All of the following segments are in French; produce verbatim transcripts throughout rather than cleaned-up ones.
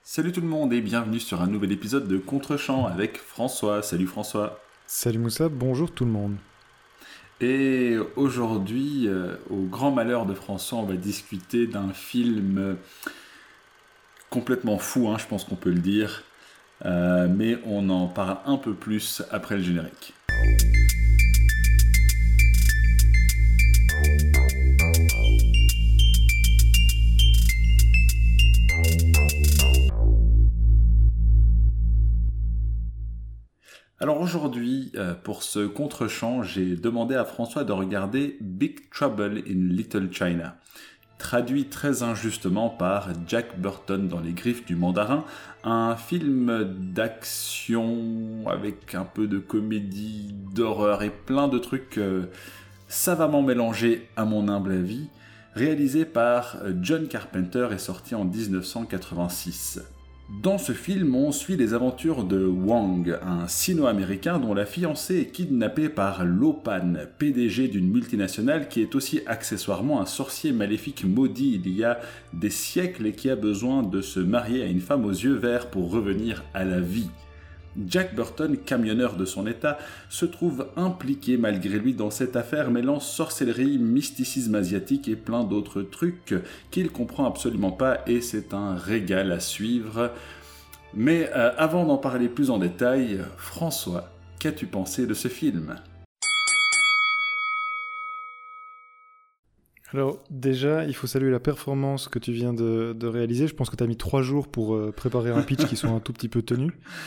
Salut tout le monde et bienvenue sur un nouvel épisode de Contre-champ avec François. Salut François. Salut Moussa, bonjour tout le monde. Et aujourd'hui, euh, au grand malheur de François, on va discuter d'un film euh, complètement fou, hein, je pense qu'on peut le dire. Euh, mais on en parle un peu plus après le générique. Alors aujourd'hui, euh, pour ce contre-champ, j'ai demandé à François de regarder Big Trouble in Little China, traduit très injustement par Jack Burton dans les griffes du mandarin, un film d'action avec un peu de comédie, d'horreur et plein de trucs euh, savamment mélangés à mon humble avis, réalisé par John Carpenter et sorti en dix-neuf cent quatre-vingt-six. Dans ce film, on suit les aventures de Wang, un sino-américain dont la fiancée est kidnappée par Lo Pan, P D G d'une multinationale qui est aussi accessoirement un sorcier maléfique maudit il y a des siècles et qui a besoin de se marier à une femme aux yeux verts pour revenir à la vie. Jack Burton, camionneur de son état, se trouve impliqué malgré lui dans cette affaire mêlant sorcellerie, mysticisme asiatique et plein d'autres trucs qu'il comprend absolument pas et c'est un régal à suivre. Mais euh, avant d'en parler plus en détail, François, qu'as-tu pensé de ce film ? Alors déjà, il faut saluer la performance que tu viens de, de réaliser. Je pense que tu as mis trois jours pour euh, préparer un pitch qui soit un tout petit peu tenu.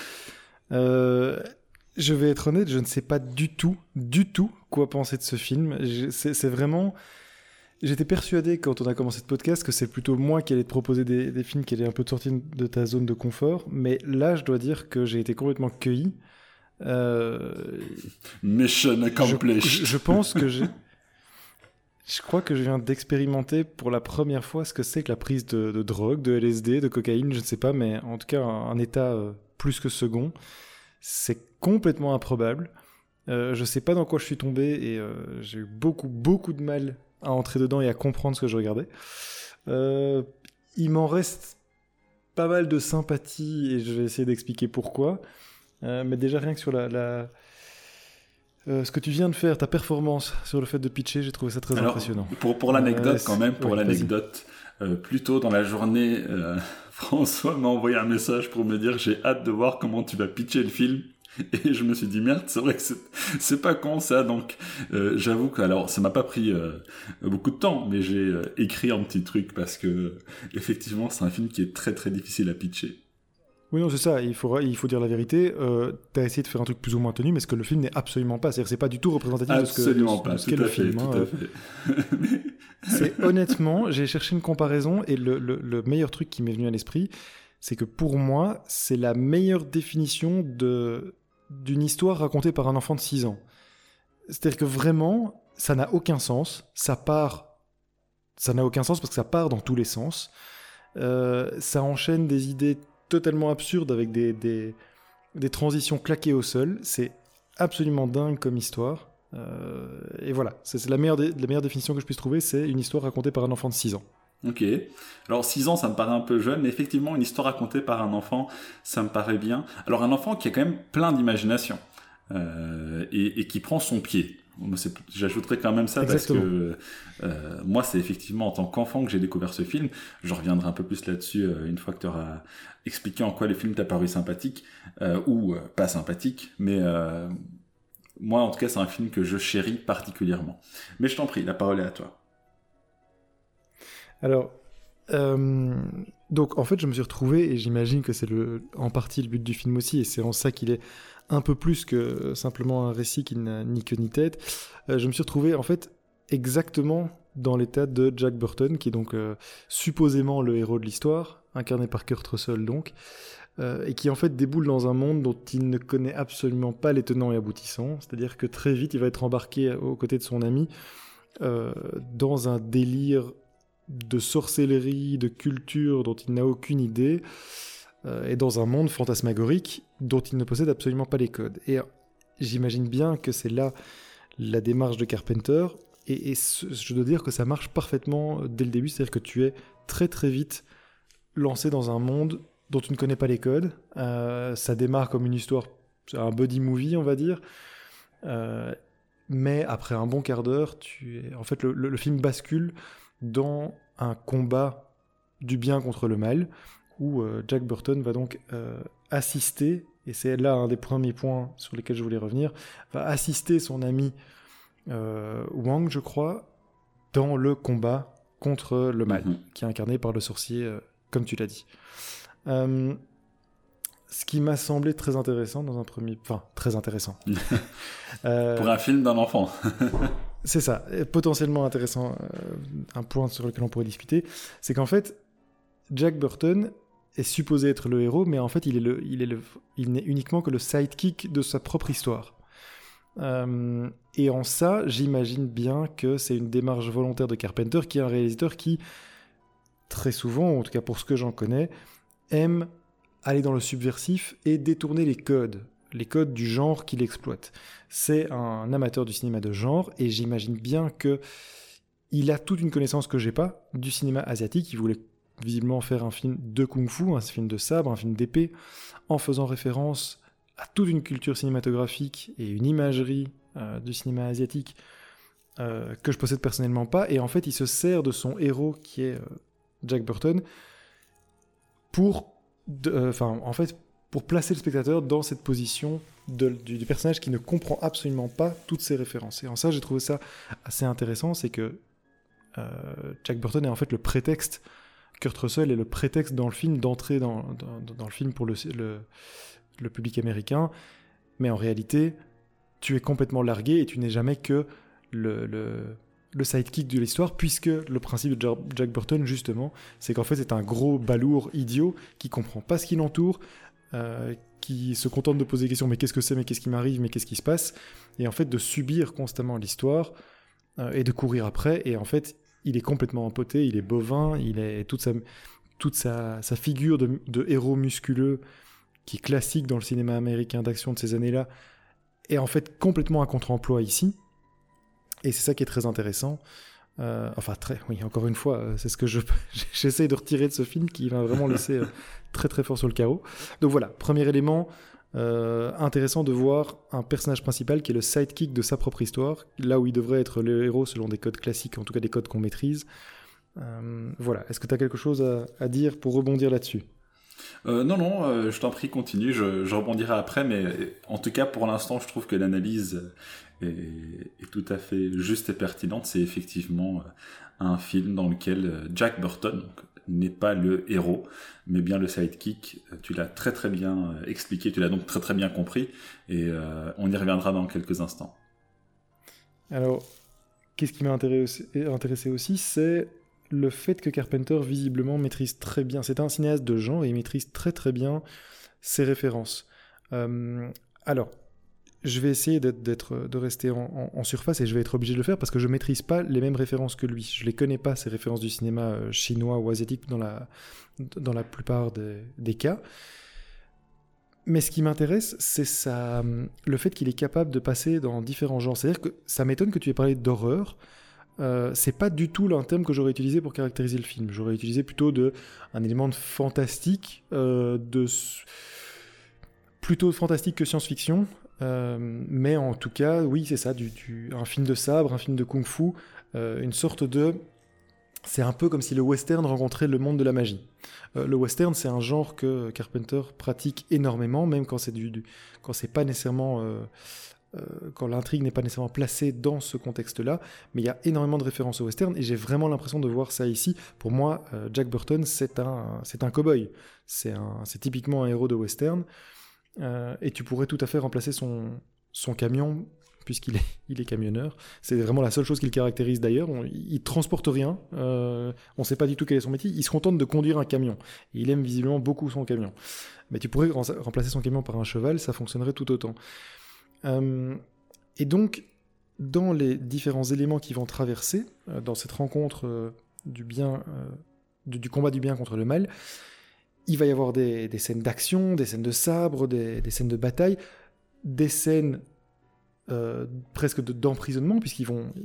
Euh, je vais être honnête, je ne sais pas du tout, du tout quoi penser de ce film. Je, c'est, c'est vraiment... J'étais persuadé quand on a commencé ce podcast que c'est plutôt moi qui allais te proposer des, des films qui allaient un peu te sortir de ta zone de confort. Mais là, je dois dire que j'ai été complètement cueilli. Euh... Mission accomplished. Je, je pense que j'ai... Je crois que je viens d'expérimenter pour la première fois ce que c'est que la prise de, de drogue, de L S D, de cocaïne, je ne sais pas, mais en tout cas un, un état euh, plus que second. C'est complètement improbable. Euh, je ne sais pas dans quoi je suis tombé et euh, j'ai eu beaucoup, beaucoup de mal à entrer dedans et à comprendre ce que je regardais. Euh, il m'en reste pas mal de sympathie et je vais essayer d'expliquer pourquoi. Euh, mais déjà rien que sur la... la Euh, ce que tu viens de faire, ta performance sur le fait de pitcher, j'ai trouvé ça très Alors, impressionnant. Pour, pour l'anecdote euh, quand même, pour ouais, l'anecdote, euh, plus tôt dans la journée, euh, François m'a envoyé un message pour me dire j'ai hâte de voir comment tu vas pitcher le film. Et je me suis dit merde, c'est vrai que c'est, c'est pas con ça, donc euh, j'avoue que alors ça m'a pas pris euh, beaucoup de temps, mais j'ai euh, écrit un petit truc parce que effectivement c'est un film qui est très très difficile à pitcher. Oui, non, c'est ça, il faut, il faut dire la vérité. Euh, tu as essayé de faire un truc plus ou moins tenu, mais ce que le film n'est absolument pas. C'est-à-dire c'est pas du tout représentatif absolument de ce, que, pas, de ce qu'est tout le à fait, film. tout Hein. à fait. C'est honnêtement, j'ai cherché une comparaison et le, le, le meilleur truc qui m'est venu à l'esprit, c'est que pour moi, c'est la meilleure définition de, d'une histoire racontée par un enfant de six ans. C'est-à-dire que vraiment, ça n'a aucun sens. Ça part... Ça n'a aucun sens parce que ça part dans tous les sens. Euh, ça enchaîne des idées totalement absurde avec des, des, des transitions claquées au sol. C'est absolument dingue comme histoire. Euh, et voilà, c'est, c'est la, meilleure dé- la meilleure définition que je puisse trouver, c'est une histoire racontée par un enfant de six ans. Ok. Alors six ans, ça me paraît un peu jeune, mais effectivement, une histoire racontée par un enfant, ça me paraît bien. Alors un enfant qui a quand même plein d'imagination euh, et, et qui prend son pied. Moi, c'est, j'ajouterais quand même ça. Exactement. Parce que euh, moi, c'est effectivement en tant qu'enfant que j'ai découvert ce film. Je reviendrai un peu plus là-dessus euh, une fois que tu auras expliqué en quoi le film t'a paru sympathique euh, ou euh, pas sympathique. Mais euh, moi, en tout cas, c'est un film que je chéris particulièrement. Mais je t'en prie, la parole est à toi. Alors, euh, donc en fait, je me suis retrouvé, et j'imagine que c'est le, en partie le but du film aussi, et c'est en ça qu'il est un peu plus que simplement un récit qui n'a ni queue ni tête. Euh, je me suis retrouvé en fait exactement dans l'état de Jack Burton, qui est donc euh, supposément le héros de l'histoire, incarné par Kurt Russell donc, euh, et qui en fait déboule dans un monde dont il ne connaît absolument pas les tenants et aboutissants, c'est-à-dire que très vite il va être embarqué aux côtés de son ami euh, dans un délire de sorcellerie, de culture dont il n'a aucune idée, euh, et dans un monde fantasmagorique dont il ne possède absolument pas les codes. Et euh, j'imagine bien que c'est là la démarche de Carpenter, et, et ce, je dois dire que ça marche parfaitement dès le début, c'est-à-dire que tu es très très vite lancé dans un monde dont tu ne connais pas les codes. Euh, ça démarre comme une histoire, c'est un buddy movie, on va dire. Euh, mais après un bon quart d'heure, tu es... en fait, le, le, le film bascule dans un combat du bien contre le mal, où euh, Jack Burton va donc euh, assister, et c'est là un des premiers points sur lesquels je voulais revenir, va assister son ami euh, Wang, je crois, dans le combat contre le mal, mm-hmm. qui est incarné par le sorcier, euh, comme tu l'as dit. Euh, ce qui m'a semblé très intéressant dans un premier... Enfin, très intéressant. euh... Pour un film d'un enfant. C'est ça, potentiellement intéressant, euh, un point sur lequel on pourrait discuter, c'est qu'en fait, Jack Burton est supposé être le héros, mais en fait, il, est le, il, est le, il n'est uniquement que le sidekick de sa propre histoire. Euh, et en ça, j'imagine bien que c'est une démarche volontaire de Carpenter, qui est un réalisateur qui, très souvent, en tout cas pour ce que j'en connais, aime aller dans le subversif et détourner les codes, les codes du genre qu'il exploite. C'est un amateur du cinéma de genre, et j'imagine bien qu'il a toute une connaissance que j'ai pas du cinéma asiatique. Il voulait visiblement faire un film de kung-fu, un film de sabre, un film d'épée, en faisant référence à toute une culture cinématographique et une imagerie euh, du cinéma asiatique euh, que je possède personnellement pas. Et en fait, il se sert de son héros, qui est euh, Jack Burton, pour, euh, enfin, en fait, pour placer le spectateur dans cette position de, du, du personnage qui ne comprend absolument pas toutes ces références. Et en ça, j'ai trouvé ça assez intéressant, c'est que euh, Jack Burton est en fait le prétexte, Kurt Russell est le prétexte dans le film, d'entrer dans, dans, dans le film pour le, le, le public américain, mais en réalité, tu es complètement largué et tu n'es jamais que le, le, le sidekick de l'histoire, puisque le principe de Jack Burton, justement, c'est qu'en fait, c'est un gros balourd idiot qui comprend pas ce qui l'entoure, Euh, qui se contente de poser des questions, mais qu'est-ce que c'est, mais qu'est-ce qui m'arrive, mais qu'est-ce qui se passe, et en fait de subir constamment l'histoire euh, et de courir après, et en fait il est complètement empoté, il est bovin, il est toute sa, toute sa, sa figure de, de héros musculeux qui est classique dans le cinéma américain d'action de ces années-là est en fait complètement à contre-emploi ici, et c'est ça qui est très intéressant. Euh, enfin, très, oui, encore une fois, euh, c'est ce que je, j'essaye de retirer de ce film qui m'a vraiment laissé euh, très très fort sur le carreau. Donc voilà, premier élément euh, intéressant de voir un personnage principal qui est le sidekick de sa propre histoire, là où il devrait être le héros selon des codes classiques, en tout cas des codes qu'on maîtrise. Euh, voilà, est-ce que tu as quelque chose à, à dire pour rebondir là-dessus ? Euh, non, non, euh, je t'en prie, continue, je, je rebondirai après, mais en tout cas, pour l'instant, je trouve que l'analyse est, est tout à fait juste et pertinente. C'est effectivement un film dans lequel Jack Burton donc, n'est pas le héros, mais bien le sidekick. Tu l'as très très bien expliqué, tu l'as donc très très bien compris, et euh, on y reviendra dans quelques instants. Alors, qu'est-ce qui m'a intéressé, intéressé aussi, c'est le fait que Carpenter, visiblement, maîtrise très bien... C'est un cinéaste de genre et il maîtrise très très bien ses références. Euh, alors, je vais essayer d'être, d'être, de rester en, en, en surface et je vais être obligé de le faire parce que je ne maîtrise pas les mêmes références que lui. Je ne les connais pas, ces références du cinéma chinois ou asiatique dans la, dans la plupart des, des cas. Mais ce qui m'intéresse, c'est ça, le fait qu'il est capable de passer dans différents genres. C'est-à-dire que ça m'étonne que tu aies parlé d'horreur. Euh, c'est pas du tout un terme que j'aurais utilisé pour caractériser le film. J'aurais utilisé plutôt de, un élément de fantastique, euh, de, plutôt fantastique que science-fiction. Euh, mais en tout cas, oui, c'est ça, du, du, un film de sabre, un film de kung-fu, euh, une sorte de... C'est un peu comme si le western rencontrait le monde de la magie. Euh, le western, c'est un genre que Carpenter pratique énormément, même quand c'est, du, du, quand c'est pas nécessairement... Euh, Euh, quand l'intrigue n'est pas nécessairement placée dans ce contexte-là, mais il y a énormément de références au western, et j'ai vraiment l'impression de voir ça ici. Pour moi, euh, Jack Burton, c'est un, c'est un cow-boy. C'est, un, c'est typiquement un héros de western, euh, et tu pourrais tout à fait remplacer son, son camion, puisqu'il est, il est camionneur. C'est vraiment la seule chose qui le caractérise d'ailleurs. On, il transporte rien, euh, on ne sait pas du tout quel est son métier, il se contente de conduire un camion. Et il aime visiblement beaucoup son camion. Mais tu pourrais remplacer son camion par un cheval, ça fonctionnerait tout autant. Euh, et donc, dans les différents éléments qui vont traverser, euh, dans cette rencontre euh, du, bien, euh, du, du combat du bien contre le mal, il va y avoir des, des scènes d'action, des scènes de sabre, des, des scènes de bataille, des scènes euh, presque de, d'emprisonnement, puisqu'ils vont,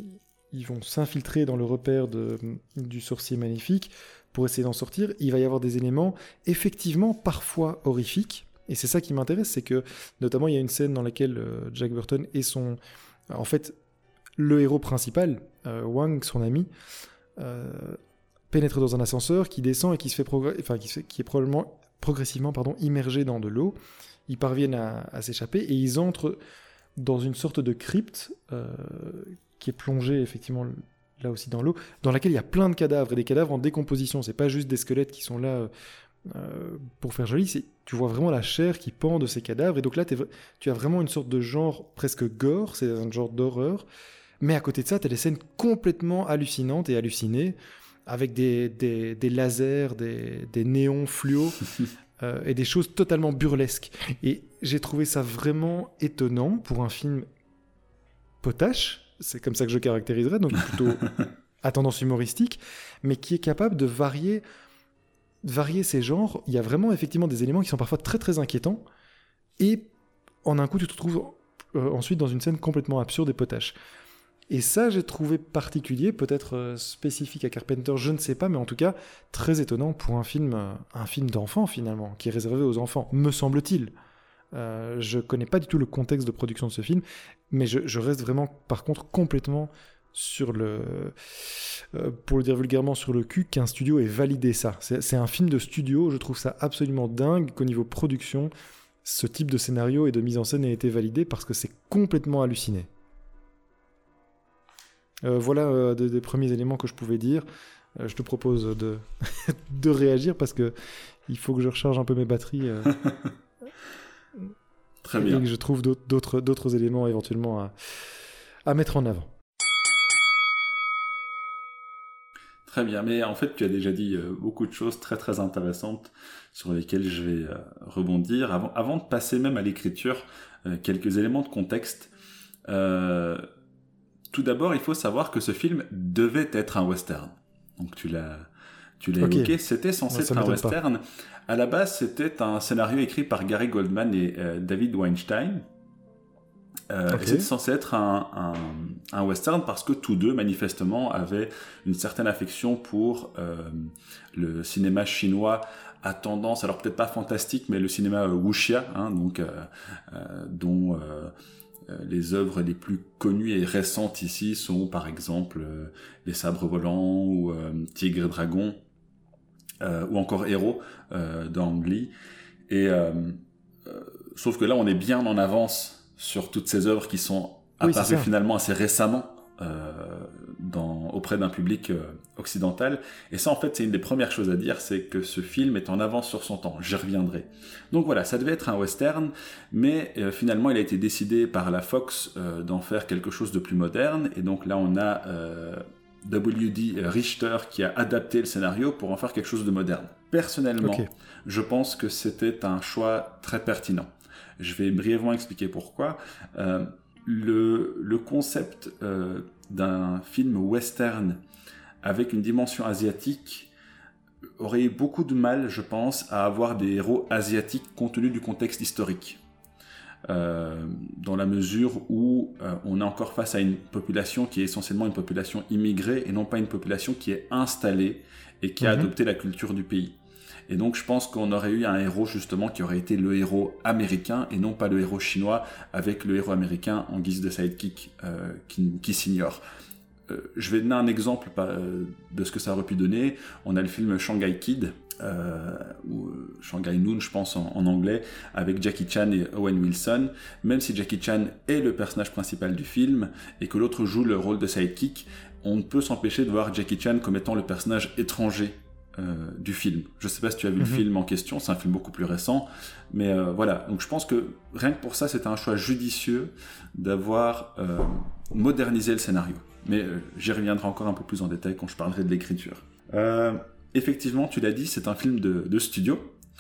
ils vont s'infiltrer dans le repère de, du sorcier maléfique pour essayer d'en sortir. Il va y avoir des éléments effectivement parfois horrifiques. Et c'est ça qui m'intéresse, c'est que notamment il y a une scène dans laquelle euh, Jack Burton et son... En fait, le héros principal, euh, Wang, son ami, euh, pénètre dans un ascenseur qui descend et qui, se fait progr... enfin, qui, se fait... qui est probablement progressivement pardon, immergé dans de l'eau. Ils parviennent à, à s'échapper et ils entrent dans une sorte de crypte euh, qui est plongée effectivement là aussi dans l'eau, dans laquelle il y a plein de cadavres et des cadavres en décomposition. C'est pas juste des squelettes qui sont là... Euh, Euh, pour faire joli, c'est, tu vois vraiment la chair qui pend de ces cadavres, et donc là tu as vraiment une sorte de genre presque gore, c'est un genre d'horreur, mais à côté de ça tu as des scènes complètement hallucinantes et hallucinées, avec des, des, des lasers, des, des néons fluo, euh, et des choses totalement burlesques, et j'ai trouvé ça vraiment étonnant pour un film potache, c'est comme ça que je caractériserais, donc plutôt à tendance humoristique, mais qui est capable de varier varier ces genres. Il y a vraiment effectivement des éléments qui sont parfois très très inquiétants, et en un coup tu te retrouves euh, ensuite dans une scène complètement absurde et potache. Et ça j'ai trouvé particulier, peut-être euh, spécifique à Carpenter, je ne sais pas, mais en tout cas très étonnant pour un film, euh, un film d'enfant finalement, qui est réservé aux enfants, me semble-t-il. Euh, je connais pas du tout le contexte de production de ce film, mais je, je reste vraiment par contre complètement sur le, euh, pour le dire vulgairement, sur le cul qu'un studio ait validé ça. C'est, c'est un film de studio, je trouve ça absolument dingue qu'au niveau production, ce type de scénario et de mise en scène ait été validé, parce que c'est complètement halluciné. Euh, voilà euh, des, des premiers éléments que je pouvais dire. Euh, je te propose de, de réagir, parce que il faut que je recharge un peu mes batteries. Euh, Très bien. Et que je trouve d'autres, d'autres, d'autres éléments éventuellement à, à mettre en avant. Très bien, mais en fait tu as déjà dit euh, beaucoup de choses très très intéressantes sur lesquelles je vais euh, rebondir. Avant, avant de passer même à l'écriture, euh, quelques éléments de contexte. Euh, tout d'abord, il faut savoir que ce film devait être un western. Donc tu l'as, tu l'as okay. évoqué, c'était censé être un western. Pas. À la base, c'était un scénario écrit par Gary Goldman et euh, David Weinstein. Euh, okay. C'était censé être un, un, un western parce que tous deux, manifestement, avaient une certaine affection pour euh, le cinéma chinois à tendance, alors peut-être pas fantastique, mais le cinéma euh, wuxia, hein, donc, euh, euh, dont euh, les œuvres les plus connues et récentes ici sont par exemple euh, Les Sabres Volants ou euh, Tigre et Dragon, euh, ou encore Héros euh, d'Ang Lee. Et, euh, euh, sauf que là, on est bien en avance sur toutes ces œuvres qui sont oui, apparues finalement assez récemment euh, dans, auprès d'un public euh, occidental. Et ça, en fait, c'est une des premières choses à dire, c'est que ce film est en avance sur son temps. J'y reviendrai. Donc voilà, ça devait être un western, mais euh, finalement, il a été décidé par la Fox euh, d'en faire quelque chose de plus moderne. Et donc là, on a euh, W D Richter qui a adapté le scénario pour en faire quelque chose de moderne. Personnellement, okay. je pense que c'était un choix très pertinent. Je vais brièvement expliquer pourquoi. Euh, le, le concept euh, d'un film western avec une dimension asiatique aurait eu beaucoup de mal, je pense, à avoir des héros asiatiques compte tenu du contexte historique. Euh, dans la mesure où euh, on est encore face à une population qui est essentiellement une population immigrée et non pas une population qui est installée et qui a mmh. adopté la culture du pays. Et donc je pense qu'on aurait eu un héros justement qui aurait été le héros américain et non pas le héros chinois avec le héros américain en guise de sidekick euh, qui, qui s'ignore. Euh, je vais donner un exemple euh, de ce que ça aurait pu donner. On a le film Shanghai Kid, euh, ou euh, Shanghai Noon je pense en, en anglais, avec Jackie Chan et Owen Wilson. Même si Jackie Chan est le personnage principal du film et que l'autre joue le rôle de sidekick, on ne peut s'empêcher de voir Jackie Chan comme étant le personnage étranger Euh, du film. Je sais pas si tu as vu mm-hmm. le film en question, c'est un film beaucoup plus récent, mais euh, voilà, donc je pense que rien que pour ça c'était un choix judicieux d'avoir euh, modernisé le scénario, mais euh, j'y reviendrai encore un peu plus en détail quand je parlerai de l'écriture. Euh, effectivement, tu l'as dit, c'est un film de, de studio,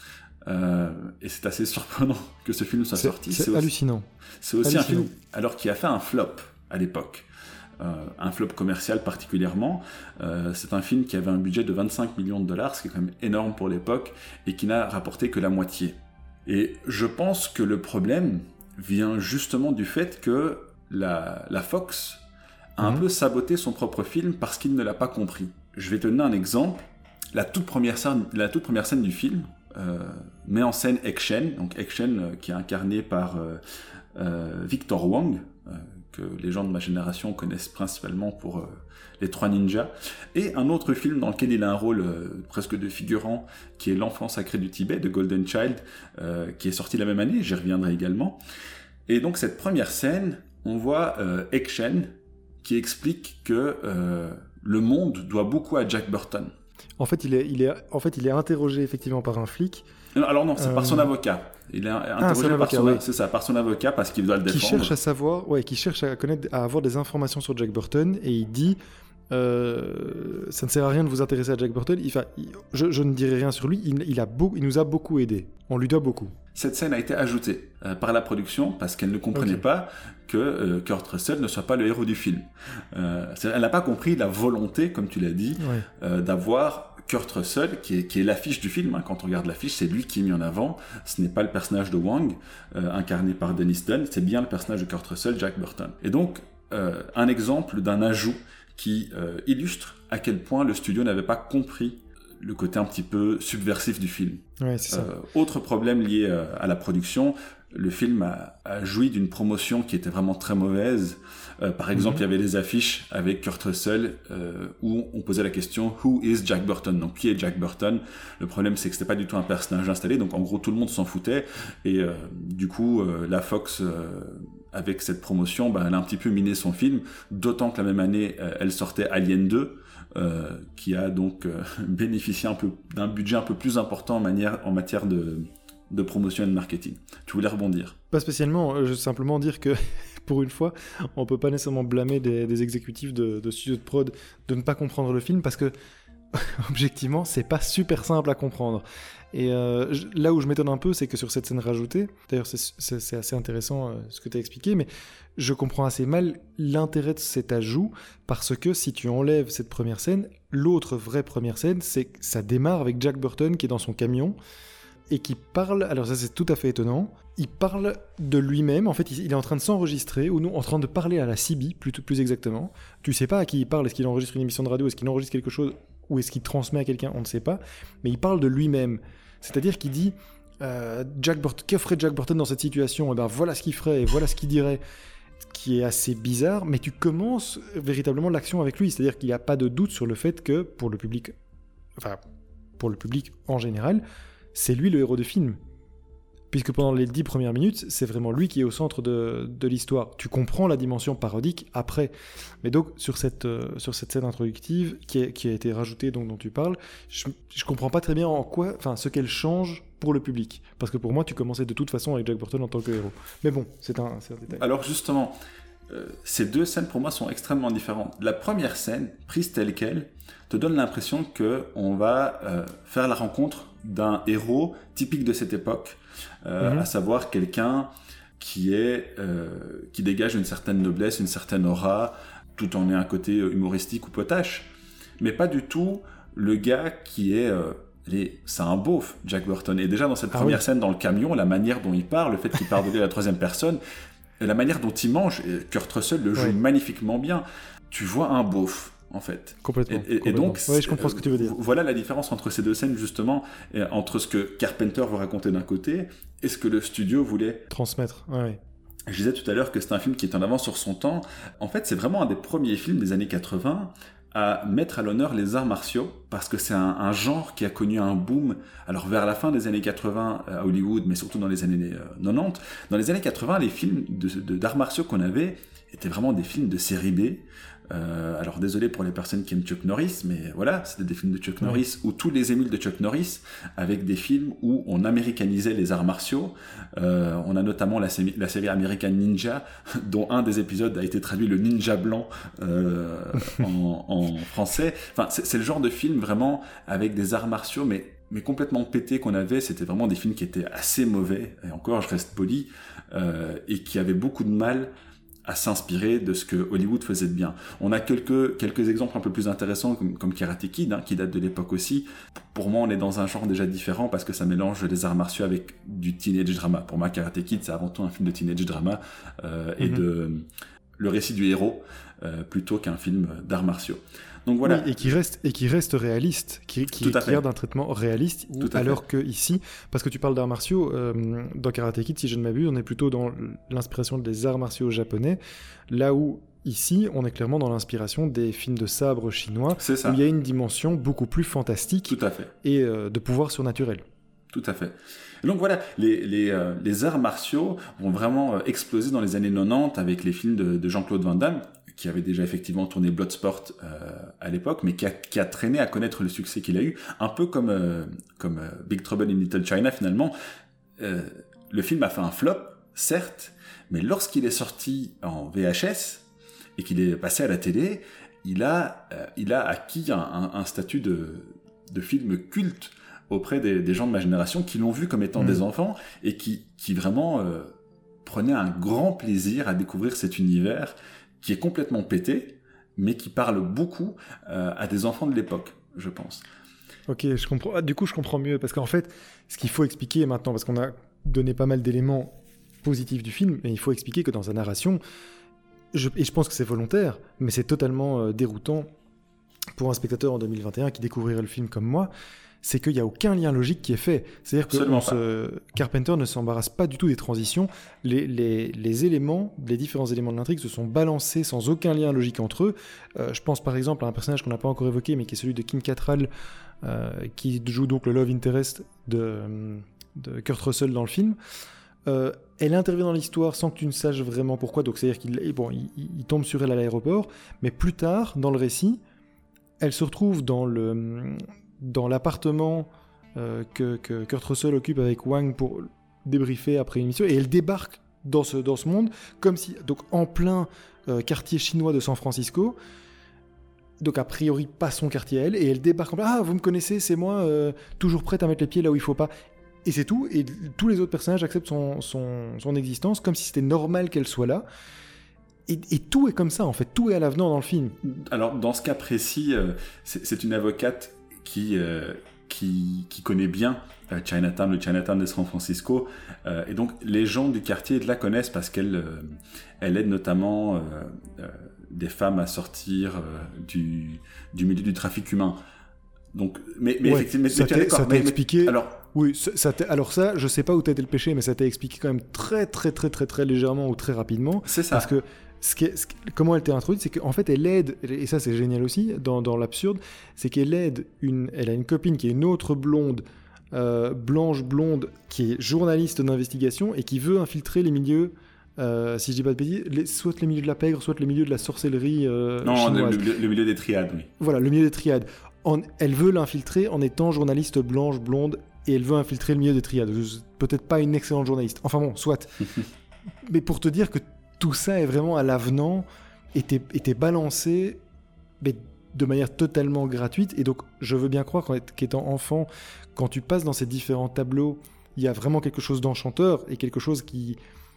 euh, et c'est assez surprenant que ce film soit c'est, sorti. C'est, c'est hallucinant. Aussi, c'est aussi hallucinant. un film alors qui a fait un flop à l'époque. Euh, un flop commercial particulièrement. Euh, c'est un film qui avait un budget de vingt-cinq millions de dollars, ce qui est quand même énorme pour l'époque, et qui n'a rapporté que la moitié. Et je pense que le problème vient justement du fait que la, la Fox a un Mhm. peu saboté son propre film parce qu'il ne l'a pas compris. Je vais te donner un exemple. La toute première scène, la toute première scène du film euh, met en scène Ek-Shen, donc Ek-Shen euh, qui est incarné par euh, euh, Victor Wong, euh, que les gens de ma génération connaissent principalement pour euh, Les Trois Ninjas, et un autre film dans lequel il a un rôle euh, presque de figurant, qui est L'Enfant sacré du Tibet, de Golden Child, euh, qui est sorti la même année, j'y reviendrai également. Et donc cette première scène, on voit euh, Ek-Shen qui explique que euh, le monde doit beaucoup à Jack Burton. En fait, il est, il est, en fait, il est interrogé effectivement par un flic. Alors non, c'est Euh, par son avocat. Il est interrogé son par avocat, son, oui. c'est ça, par son avocat parce qu'il doit le Qui défendre. cherche à savoir, ouais, qui cherche à connaître, à avoir des informations sur Jack Burton, et il dit, euh, ça ne sert à rien de vous intéresser à Jack Burton. Il, enfin, il- je, je ne dirai rien sur lui. Il, il a beau, il nous a beaucoup aidé. On lui doit beaucoup. Cette scène a été ajoutée euh, par la production parce qu'elle ne comprenait Ok. pas que euh, Kurt Russell ne soit pas le héros du film. Euh, c'est- elle n'a pas compris la volonté, comme tu l'as dit, Ouais. euh, d'avoir Kurt Russell, qui est, qui est l'affiche du film. Hein. Quand on regarde l'affiche, c'est lui qui est mis en avant. Ce n'est pas le personnage de Wang, euh, incarné par Dennis Dunn, c'est bien le personnage de Kurt Russell, Jack Burton. Et donc, euh, un exemple d'un ajout qui euh, illustre à quel point le studio n'avait pas compris le côté un petit peu subversif du film. Ouais, c'est ça. Euh, autre problème lié euh, à la production, le film a, a joui d'une promotion qui était vraiment très mauvaise. Euh, par exemple, Mhm. il y avait des affiches avec Kurt Russell euh, où on posait la question « Who is Jack Burton ?» Donc, qui est Jack Burton? Le problème, c'est que c'était pas du tout un personnage installé, donc en gros, tout le monde s'en foutait. Et euh, du coup, euh, la Fox, euh, avec cette promotion, bah, elle a un petit peu miné son film, d'autant que la même année, euh, elle sortait Alien deux, euh, qui a donc euh, bénéficié un peu d'un budget un peu plus important en, manière, en matière de, de promotion et de marketing. Tu voulais rebondir? Pas spécialement. euh, Je veux simplement dire que, pour une fois, on peut pas nécessairement blâmer des, des exécutifs de, de studios de prod de ne pas comprendre le film parce que, objectivement, c'est pas super simple à comprendre. Et euh, je- là où je m'étonne un peu, c'est que sur cette scène rajoutée, d'ailleurs c'est- c'est c'est assez intéressant euh, ce que tu as expliqué, mais je comprends assez mal l'intérêt de cet ajout, parce que si tu enlèves cette première scène, l'autre vraie première scène, c'est que ça démarre avec Jack Burton qui est dans son camion, et qui parle, alors ça c'est tout à fait étonnant, il parle de lui-même, en fait il, il est en train de s'enregistrer, ou non, en train de parler à la C B, plus, plus exactement. Tu sais pas à qui il parle, est-ce qu'il enregistre une émission de radio, est-ce qu'il enregistre quelque chose, ou est-ce qu'il transmet à quelqu'un, on ne sait pas, mais il parle de lui-même. C'est-à-dire qu'il dit, euh, Jack Burton, que ferait Jack Burton dans cette situation? Et ben voilà ce qu'il ferait, et voilà ce qu'il dirait, qui est assez bizarre, mais tu commences véritablement l'action avec lui, c'est-à-dire qu'il n'y a pas de doute sur le fait que, pour le public, enfin, pour le public en général, c'est lui le héros du film. Puisque pendant les dix premières minutes, c'est vraiment lui qui est au centre de, de l'histoire. Tu comprends la dimension parodique après. Mais donc, sur cette, euh, sur cette scène introductive qui, est, qui a été rajoutée, donc, dont tu parles, je, je comprends pas très bien en quoi, enfin, ce qu'elle change pour le public. Parce que pour moi, tu commençais de toute façon avec Jack Burton en tant que héros. Mais bon, c'est un, c'est un détail. Alors justement, euh, ces deux scènes pour moi sont extrêmement différentes. La première scène, prise telle quelle, te donne l'impression qu'on va euh, faire la rencontre d'un héros typique de cette époque, euh, Mhm. à savoir quelqu'un qui est euh, qui dégage une certaine noblesse, une certaine aura, tout en ayant un côté humoristique ou potache, mais pas du tout le gars qui est euh, les- c'est un beauf, Jack Burton. Et déjà dans cette Ah première oui. scène dans le camion, la manière dont il parle, le fait qu'il parle de lui à la troisième personne, et la manière dont il mange, et Kurt Russell le joue Ouais. magnifiquement bien. Tu vois un beauf, en fait. Complètement. Et, et- et complètement. donc, ouais, je comprends ce que tu veux dire. euh, voilà la différence entre ces deux scènes, justement, et entre ce que Carpenter veut raconter d'un côté et ce que le studio voulait. Transmettre, ouais, ouais. Je disais tout à l'heure que c'est un film qui est en avance sur son temps. En fait, c'est vraiment un des premiers films des années quatre-vingts à mettre à l'honneur les arts martiaux, parce que c'est un, un genre qui a connu un boom, alors vers la fin des années quatre-vingts à Hollywood, mais surtout dans les années euh, quatre-vingt-dix. Dans les années quatre-vingts, les films de, de- d'arts martiaux qu'on avait étaient vraiment des films de série B. Euh, alors désolé pour les personnes qui aiment Chuck Norris, mais voilà, c'était des films de Chuck Ouais. Norris, ou tous les émules de Chuck Norris, avec des films où on américanisait les arts martiaux. Euh, on a notamment la, série- la série American Ninja, dont un des épisodes a été traduit le ninja blanc euh, en, en français. Enfin, c'est, c'est le genre de film vraiment avec des arts martiaux, mais, mais complètement pétés qu'on avait. C'était vraiment des films qui étaient assez mauvais, et encore, je reste poli, euh, et qui avaient beaucoup de mal à s'inspirer de ce que Hollywood faisait de bien. On a quelques, quelques exemples un peu plus intéressants, comme, comme Karate Kid, hein, qui date de l'époque aussi. Pour moi, on est dans un genre déjà différent, parce que ça mélange les arts martiaux avec du teenage drama. Pour moi, Karate Kid, c'est avant tout un film de teenage drama, euh, et Mhm. de... le récit du héros euh, plutôt qu'un film d'arts martiaux. Donc voilà. Oui, et qui reste et qui reste réaliste, qui qui, qui garde un traitement réaliste, où, alors que ici, parce que tu parles d'arts martiaux, euh, dans Karate Kid, si je ne m'abuse, on est plutôt dans l'inspiration des arts martiaux japonais, là où ici, on est clairement dans l'inspiration des films de sabre chinois, où il y a une dimension beaucoup plus fantastique. Tout à fait. Et euh, de pouvoir surnaturel. Tout à fait. Et donc voilà, les, les, euh, les arts martiaux ont vraiment euh, explosé dans les années quatre-vingt-dix avec les films de, de Jean-Claude Van Damme, qui avait déjà effectivement tourné Bloodsport euh, à l'époque, mais qui a, qui a traîné à connaître le succès qu'il a eu, un peu comme, euh, comme euh, Big Trouble in Little China finalement. Euh, le film a fait un flop, certes, mais lorsqu'il est sorti en V H S et qu'il est passé à la télé, il a, euh, il a acquis un, un, un statut de, de film culte auprès des, des gens de ma génération qui l'ont vu comme étant mmh. des enfants et qui, qui vraiment euh, prenaient un grand plaisir à découvrir cet univers qui est complètement pété, mais qui parle beaucoup euh, à des enfants de l'époque, je pense. Ok, je comprends. Ah, du coup, je comprends mieux, parce qu'en fait, ce qu'il faut expliquer maintenant, parce qu'on a donné pas mal d'éléments positifs du film, mais il faut expliquer que dans sa narration, je, et je pense que c'est volontaire, mais c'est totalement euh, déroutant pour un spectateur en deux mille vingt et un qui découvrirait le film comme moi, c'est qu'il n'y a aucun lien logique qui est fait. C'est-à-dire que se... Carpenter ne s'embarrasse pas du tout des transitions. Les, les, les éléments, les différents éléments de l'intrigue se sont balancés sans aucun lien logique entre eux. Euh, je pense par exemple à un personnage qu'on n'a pas encore évoqué, mais qui est celui de Kim Cattrall, euh, qui joue donc le love interest de, de Kurt Russell dans le film. Euh, elle intervient dans l'histoire sans que tu ne saches vraiment pourquoi. Donc c'est-à-dire qu'il bon, il, il tombe sur elle à l'aéroport, mais plus tard, dans le récit, elle se retrouve dans le... dans l'appartement euh, que, que Kurt Russell occupe avec Wang pour débriefer après une mission, et elle débarque dans ce, dans ce monde, comme si, donc en plein euh, quartier chinois de San Francisco, donc a priori pas son quartier à elle, et elle débarque en plein, ah vous me connaissez, c'est moi, euh, toujours prête à mettre les pieds là où il faut pas, et c'est tout, et tous les autres personnages acceptent son, son, son existence, comme si c'était normal qu'elle soit là. Et, et tout est comme ça, en fait, tout est à l'avenant dans le film. Alors, dans ce cas précis, euh, c'est, c'est une avocate qui, euh, qui, qui connaît bien euh, Chinatown, le Chinatown de San Francisco. Euh, et donc, les gens du quartier la connaissent parce qu'elle euh, elle aide notamment euh, euh, des femmes à sortir euh, du, du milieu du trafic humain. Donc, mais, mais ouais, effectivement, ça t'a, ça t'a expliqué. Alors, oui, ça, ça alors ça, je sais pas où t'as été le péché, mais ça t'a expliqué quand même très, très, très, très, très légèrement ou très rapidement. C'est ça. Parce que Ce qui est, ce qui, comment elle t'est introduite, c'est qu'en fait elle aide, et ça c'est génial aussi, dans, dans l'absurde, c'est qu'elle aide, une, elle a une copine qui est une autre blonde, euh, blanche blonde, qui est journaliste d'investigation et qui veut infiltrer les milieux, euh, si je dis pas de bêtises, les, soit les milieux de la pègre, soit les milieux de la sorcellerie euh, non, chinoise. Le, le, le milieu des triades, oui. Voilà, le milieu des triades. En, elle veut l'infiltrer en étant journaliste blanche, blonde, et elle veut infiltrer le milieu des triades. Peut-être pas une excellente journaliste. Enfin bon, soit. Mais pour te dire que tout ça est vraiment à l'avenant, était, était balancé mais de manière totalement gratuite. Et donc, je veux bien croire qu'étant enfant, quand tu passes dans ces différents tableaux, il y a vraiment quelque chose d'enchanteur et quelque chose qui,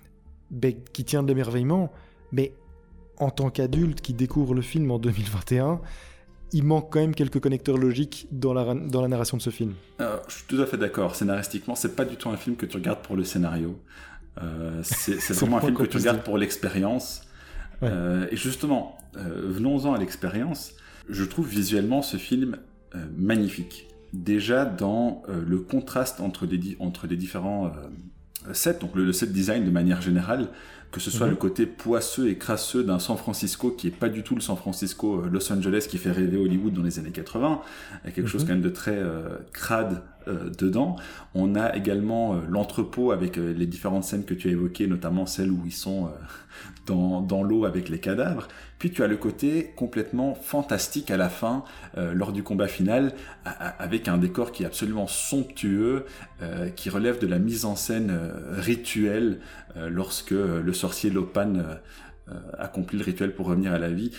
ben, qui tient de l'émerveillement. Mais en tant qu'adulte qui découvre le film en deux mille vingt et un, il manque quand même quelques connecteurs logiques dans la, dans la narration de ce film. Euh, je suis tout à fait d'accord. Scénaristiquement, c'est pas du tout un film que tu regardes pour le scénario. Euh, c'est, c'est vraiment un film que tu regardes dire. pour l'expérience. Ouais. Euh, et justement, euh, venons-en à l'expérience. Je trouve visuellement ce film euh, magnifique. Déjà dans euh, le contraste entre les, di- entre les différents euh, sets, donc le, le set design de manière générale, que ce soit mmh. le côté poisseux et crasseux d'un San Francisco qui est pas du tout le San Francisco euh, Los Angeles qui fait rêver Hollywood dans les années quatre-vingts, il y a quelque mmh. chose quand même de très euh, crade euh, dedans. On a également euh, l'entrepôt avec euh, les différentes scènes que tu as évoquées, notamment celles où ils sont euh, dans, dans l'eau avec les cadavres. Puis tu as le côté complètement fantastique à la fin, euh, lors du combat final, à, à, avec un décor qui est absolument somptueux, euh, qui relève de la mise en scène euh, rituelle, euh, lorsque euh, le sorcier Lopan euh, euh, accomplit le rituel pour revenir à la vie.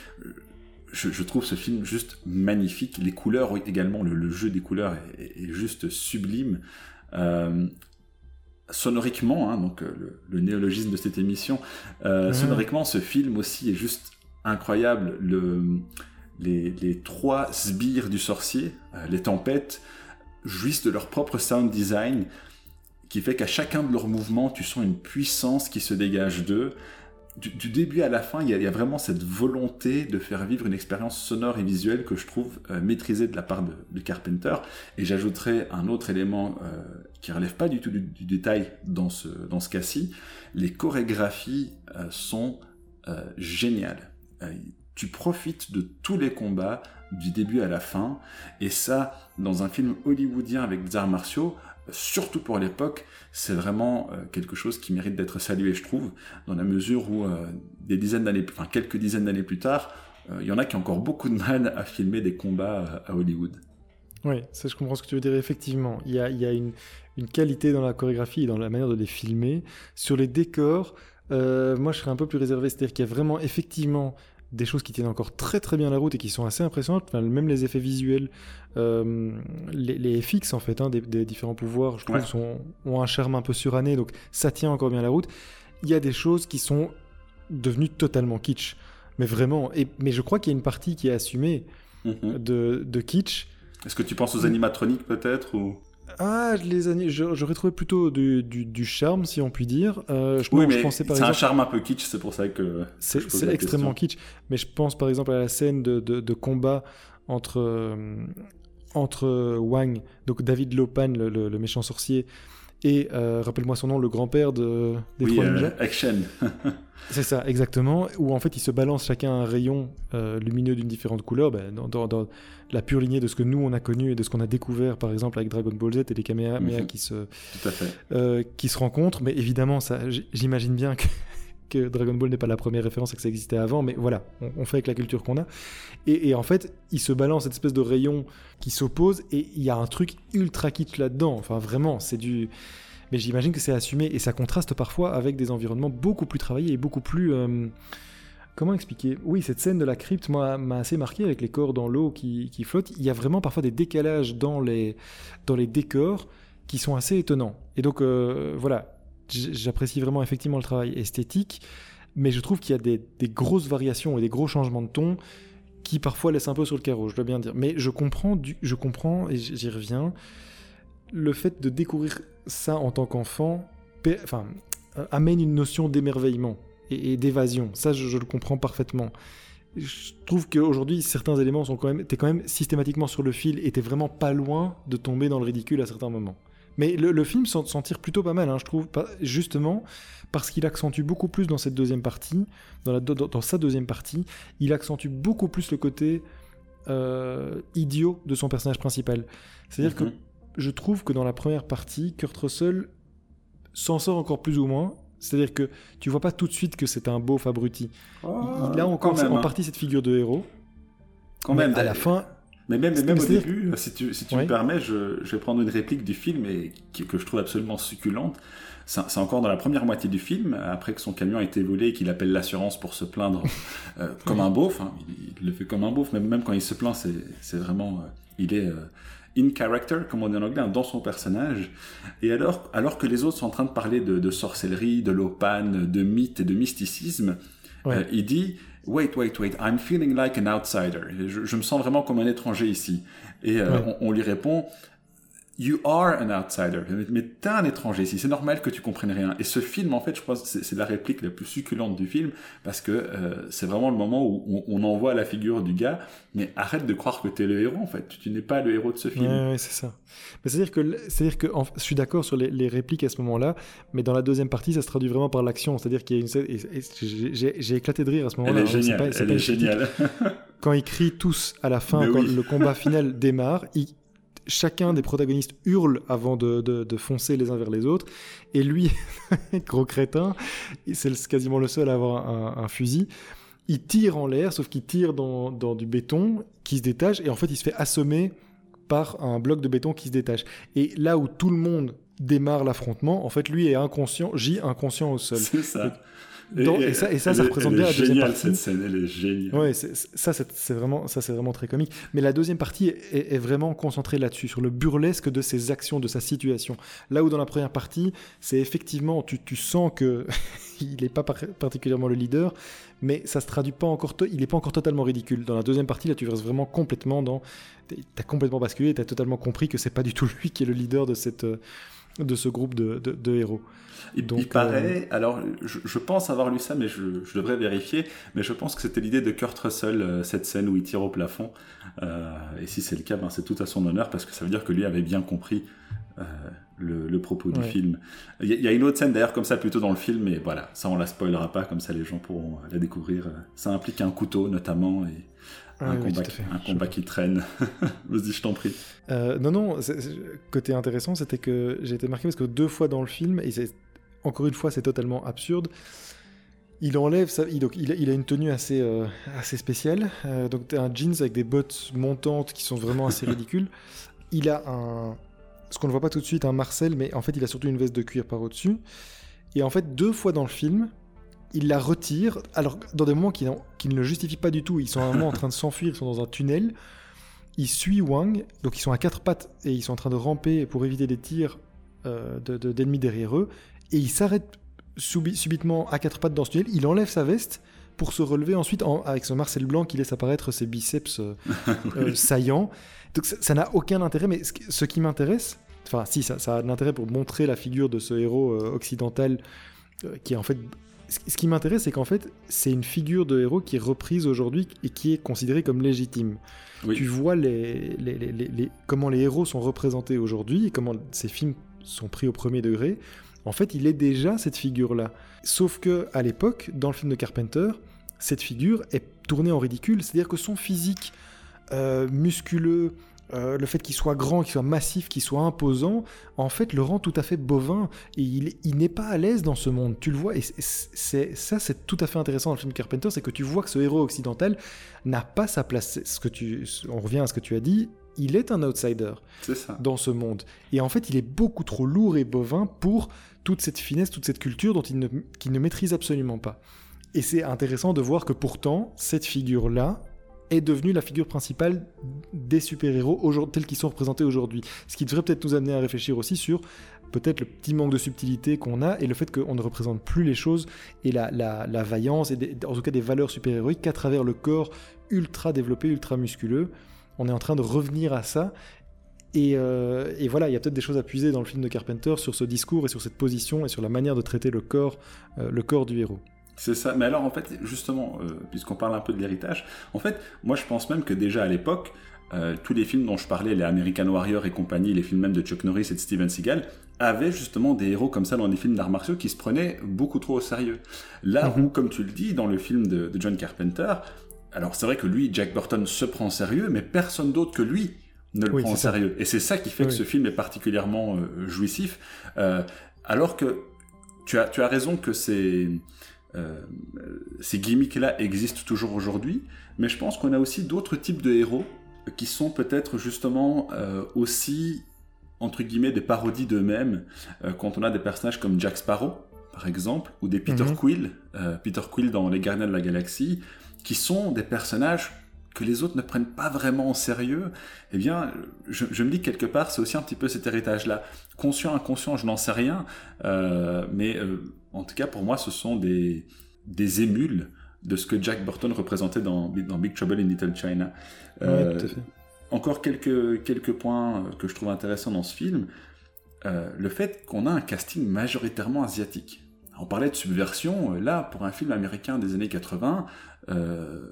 Je, je trouve ce film juste magnifique. Les couleurs également, le, le jeu des couleurs est, est juste sublime. Euh, sonoriquement, hein, donc le, le néologisme de cette émission, euh, mmh. sonoriquement, ce film aussi est juste incroyable. Le, les, les trois sbires du sorcier, euh, les tempêtes, jouissent de leur propre sound design, qui fait qu'à chacun de leurs mouvements, tu sens une puissance qui se dégage d'eux. du, du début à la fin, il y, a, il y a vraiment cette volonté de faire vivre une expérience sonore et visuelle que je trouve euh, maîtrisée de la part de, de Carpenter. Et j'ajouterai un autre élément euh, qui relève pas du tout du, du détail dans ce, dans ce cas-ci. Les chorégraphies euh, sont euh, géniales. Euh, tu profites de tous les combats du début à la fin, et ça, dans un film hollywoodien avec des arts martiaux, surtout pour l'époque, c'est vraiment euh, quelque chose qui mérite d'être salué, je trouve, dans la mesure où euh, des dizaines d'années, enfin quelques dizaines d'années plus tard, il euh, y en a qui ont encore beaucoup de mal à filmer des combats euh, à Hollywood. Oui, ça je comprends ce que tu veux dire, effectivement. Il y a, il y a une, une qualité dans la chorégraphie et dans la manière de les filmer. Sur les décors, euh, moi je serais un peu plus réservé, c'est-à-dire qu'il y a vraiment effectivement des choses qui tiennent encore très très bien la route et qui sont assez impressionnantes, enfin, même les effets visuels, euh, les, les F X en fait, hein, des, des différents pouvoirs, je trouve, ouais. sont, ont un charme un peu suranné, donc ça tient encore bien la route. Il y a des choses qui sont devenues totalement kitsch, mais vraiment, et, mais je crois qu'il y a une partie qui est assumée mm-hmm. de, de kitsch. Est-ce que tu penses aux animatroniques peut-être ou... Ah, les années, j'aurais trouvé plutôt du, du, du charme, si on peut dire. Euh, je, oui, non, mais je pensais, par c'est exemple, un charme un peu kitsch, c'est pour ça que. C'est, que je pose c'est la extrêmement question. kitsch, mais je pense par exemple à la scène de, de, de combat entre, euh, entre Wang, donc David Lopan, le, le, le méchant sorcier, et euh, rappelle-moi son nom, le grand-père de, des oui, trois euh, ninjas. Action. C'est ça, exactement, où en fait ils se balancent chacun un rayon euh, lumineux d'une différente couleur, ben, dans, dans, dans la pure lignée de ce que nous on a connu et de ce qu'on a découvert par exemple avec Dragon Ball Z et les Kamehameha mm-hmm. qui, se, Tout à fait. Euh, qui se rencontrent, mais évidemment ça, j'imagine bien que, que Dragon Ball n'est pas la première référence et que ça existait avant, mais voilà, on, on fait avec la culture qu'on a, et, et en fait ils se balancent cette espèce de rayon qui s'oppose et il y a un truc ultra kitsch là-dedans, enfin vraiment c'est du... Mais j'imagine que c'est assumé et ça contraste parfois avec des environnements beaucoup plus travaillés et beaucoup plus... Euh... Comment expliquer ? Oui, cette scène de la crypte moi, m'a assez marqué avec les corps dans l'eau qui, qui flottent. Il y a vraiment parfois des décalages dans les, dans les décors qui sont assez étonnants. Et donc, euh, voilà, j'apprécie vraiment effectivement le travail esthétique, mais je trouve qu'il y a des, des grosses variations et des gros changements de ton qui parfois laissent un peu sur le carreau, je dois bien dire. Mais je comprends, du, je comprends et j'y reviens, le fait de découvrir ça en tant qu'enfant per, enfin, euh, amène une notion d'émerveillement et, et d'évasion. Ça, je, je le comprends parfaitement. Je trouve qu'aujourd'hui, certains éléments sont quand même... T'es quand même systématiquement sur le fil et t'es vraiment pas loin de tomber dans le ridicule à certains moments. Mais le, le film s'en, s'en tire plutôt pas mal, hein, je trouve, justement parce qu'il accentue beaucoup plus dans cette deuxième partie, dans, la, dans, dans sa deuxième partie, il accentue beaucoup plus le côté euh, idiot de son personnage principal. C'est-à-dire mm-hmm. que je trouve que dans la première partie, Kurt Russell s'en sort encore plus ou moins. C'est-à-dire que tu vois pas tout de suite que c'est un beauf abruti. Oh, il a encore même, en hein. partie cette figure de héros. Quand même. À la fin... Mais même, mais même au début, si tu, si tu ouais. me permets, je, je vais prendre une réplique du film et, qui, que je trouve absolument succulente. C'est, c'est encore dans la première moitié du film, après que son camion a été volé et qu'il appelle l'assurance pour se plaindre euh, comme un beauf. Hein. Il, il le fait comme un beauf, même, même quand il se plaint, c'est, c'est vraiment... Euh, il est... Euh, in character, comme on dit en anglais, dans son personnage. Et alors, alors que les autres sont en train de parler de, de sorcellerie, de Lopan, de mythe et de mysticisme, ouais. euh, il dit « Wait, wait, wait, I'm feeling like an outsider. » je, je me sens vraiment comme un étranger ici. Et euh, ouais. on, on lui répond « You are an outsider. » Mais t'es un étranger ici, c'est normal que tu comprennes rien. Et ce film, en fait, je pense que c'est, c'est la réplique la plus succulente du film, parce que euh, c'est vraiment le moment où on, on envoie la figure du gars, mais arrête de croire que t'es le héros, en fait. Tu n'es pas le héros de ce film. Ouais, ouais, c'est ça. Mais c'est-à-dire que, c'est-à-dire que en, je suis d'accord sur les, les répliques à ce moment-là, mais dans la deuxième partie, ça se traduit vraiment par l'action. C'est-à-dire qu'il y a une scène, et, et j'ai, j'ai, j'ai éclaté de rire à ce moment-là. Elle est géniale, c'est pas, c'est elle pas est géniale. Quand ils crient tous à la fin, mais quand oui. le combat final démarre, ils... Chacun des protagonistes hurle avant de, de, de foncer les uns vers les autres. Et lui, gros crétin, c'est quasiment le seul à avoir un, un fusil. Il tire en l'air, sauf qu'il tire dans, dans du béton qui se détache. Et en fait, il se fait assommer par un bloc de béton qui se détache. Et là où tout le monde démarre l'affrontement, en fait, lui est inconscient, gît inconscient au sol. C'est ça. Et, Dans, et, et ça, et ça, ça est, représente bien la deuxième géniale, partie. Cette scène, elle est géniale. Ouais, c'est, ça, c'est, c'est vraiment, ça, c'est vraiment très comique. Mais la deuxième partie est, est vraiment concentrée là-dessus, sur le burlesque de ses actions, de sa situation. Là où dans la première partie, c'est effectivement, tu, tu sens que il n'est pas par- particulièrement le leader, mais ça se traduit pas encore, to- il n'est pas encore totalement ridicule. Dans la deuxième partie, là, tu verses vraiment complètement dans, t'as complètement basculé, t'as totalement compris que c'est pas du tout lui qui est le leader de cette. de ce groupe de, de, de héros. Il, Donc, il paraît, euh... alors je, je pense avoir lu ça, mais je, je devrais vérifier, mais je pense que c'était l'idée de Kurt Russell, euh, cette scène où il tire au plafond, euh, et si c'est le cas, ben, c'est tout à son honneur, parce que ça veut dire que lui avait bien compris euh, le, le propos du ouais. film. Il y, il y a une autre scène d'ailleurs comme ça plutôt dans le film, mais voilà, ça on la spoilera pas, comme ça les gens pourront la découvrir. Ça implique un couteau notamment, et un ah, combat, oui, qui, un combat qui traîne. Vas-y, je t'en prie. Euh, non, non, c'est, c'est, côté intéressant, c'était que j'ai été marqué parce que deux fois dans le film, et c'est, encore une fois, c'est totalement absurde, il enlève, ça, il, donc, il, a, il a une tenue assez, euh, assez spéciale, euh, donc un jeans avec des bottes montantes qui sont vraiment assez ridicules. Il a un, ce qu'on ne voit pas tout de suite, un Marcel, mais en fait, il a surtout une veste de cuir par au-dessus. Et en fait, deux fois dans le film, il la retire, alors dans des moments qui, qui ne le justifient pas du tout. Ils sont à un moment en train de s'enfuir, ils sont dans un tunnel. Il suit Wang, donc ils sont à quatre pattes et ils sont en train de ramper pour éviter des tirs euh, de, de, d'ennemis derrière eux. Et il s'arrête subi, subitement à quatre pattes dans ce tunnel. Il enlève sa veste pour se relever ensuite en, avec son Marcel blanc qui laisse apparaître ses biceps euh, oui. euh, saillants. Donc ça, ça n'a aucun intérêt, mais ce, ce qui m'intéresse, enfin si, ça, ça a de l'intérêt pour montrer la figure de ce héros euh, occidental euh, qui est en fait... Ce qui m'intéresse, c'est qu'en fait, c'est une figure de héros qui est reprise aujourd'hui et qui est considérée comme légitime. Oui. Tu vois les, les, les, les, les, comment les héros sont représentés aujourd'hui et comment ces films sont pris au premier degré. En fait, il est déjà cette figure-là. Sauf qu'à l'époque, dans le film de Carpenter, cette figure est tournée en ridicule. C'est-à-dire que son physique euh, musculeux, Euh, le fait qu'il soit grand, qu'il soit massif, qu'il soit imposant, en fait, le rend tout à fait bovin. Et il, il n'est pas à l'aise dans ce monde. Tu le vois, et c'est, c'est, ça, c'est tout à fait intéressant dans le film de Carpenter, c'est que tu vois que ce héros occidental n'a pas sa place. Ce que tu, on revient à ce que tu as dit, il est un outsider c'est ça. Dans ce monde. Et en fait, il est beaucoup trop lourd et bovin pour toute cette finesse, toute cette culture dont il ne, qu'il ne maîtrise absolument pas. Et c'est intéressant de voir que pourtant, cette figure-là est devenue la figure principale des super-héros tels qu'ils sont représentés aujourd'hui. Ce qui devrait peut-être nous amener à réfléchir aussi sur peut-être le petit manque de subtilité qu'on a et le fait qu'on ne représente plus les choses et la, la, la vaillance et des, en tout cas des valeurs super-héroïques qu'à travers le corps ultra développé, ultra musculeux. On est en train de revenir à ça. Et, euh, et voilà, il y a peut-être des choses à puiser dans le film de Carpenter sur ce discours et sur cette position et sur la manière de traiter le corps, euh, le corps du héros. C'est ça, mais alors en fait, justement, euh, puisqu'on parle un peu de l'héritage, en fait, moi je pense même que déjà à l'époque, euh, tous les films dont je parlais, les American Warrior et compagnie, les films même de Chuck Norris et de Steven Seagal, avaient justement des héros comme ça dans des films d'arts martiaux qui se prenaient beaucoup trop au sérieux. Là mm-hmm. où, comme tu le dis, dans le film de, de John Carpenter, alors c'est vrai que lui, Jack Burton, se prend au sérieux, mais personne d'autre que lui ne le oui, prend au sérieux. Et c'est ça qui fait oui. que ce film est particulièrement euh, jouissif, euh, alors que tu as, tu as raison que c'est... Euh, ces gimmicks-là existent toujours aujourd'hui, mais je pense qu'on a aussi d'autres types de héros qui sont peut-être justement euh, aussi, entre guillemets, des parodies d'eux-mêmes, euh, quand on a des personnages comme Jack Sparrow, par exemple, ou des Peter mm-hmm. Quill, euh, Peter Quill dans Les Gardiens de la Galaxie, qui sont des personnages que les autres ne prennent pas vraiment au sérieux. Eh bien, je, je me dis que quelque part, c'est aussi un petit peu cet héritage-là. Conscient, inconscient, je n'en sais rien, euh, mais... Euh, En tout cas, pour moi, ce sont des, des émules de ce que Jack Burton représentait dans, dans Big Trouble in Little China. Euh, oui, tout à fait. Encore quelques, quelques points que je trouve intéressants dans ce film. Euh, le fait qu'on a un casting majoritairement asiatique. On parlait de subversion. Là, pour un film américain des années quatre-vingts, euh,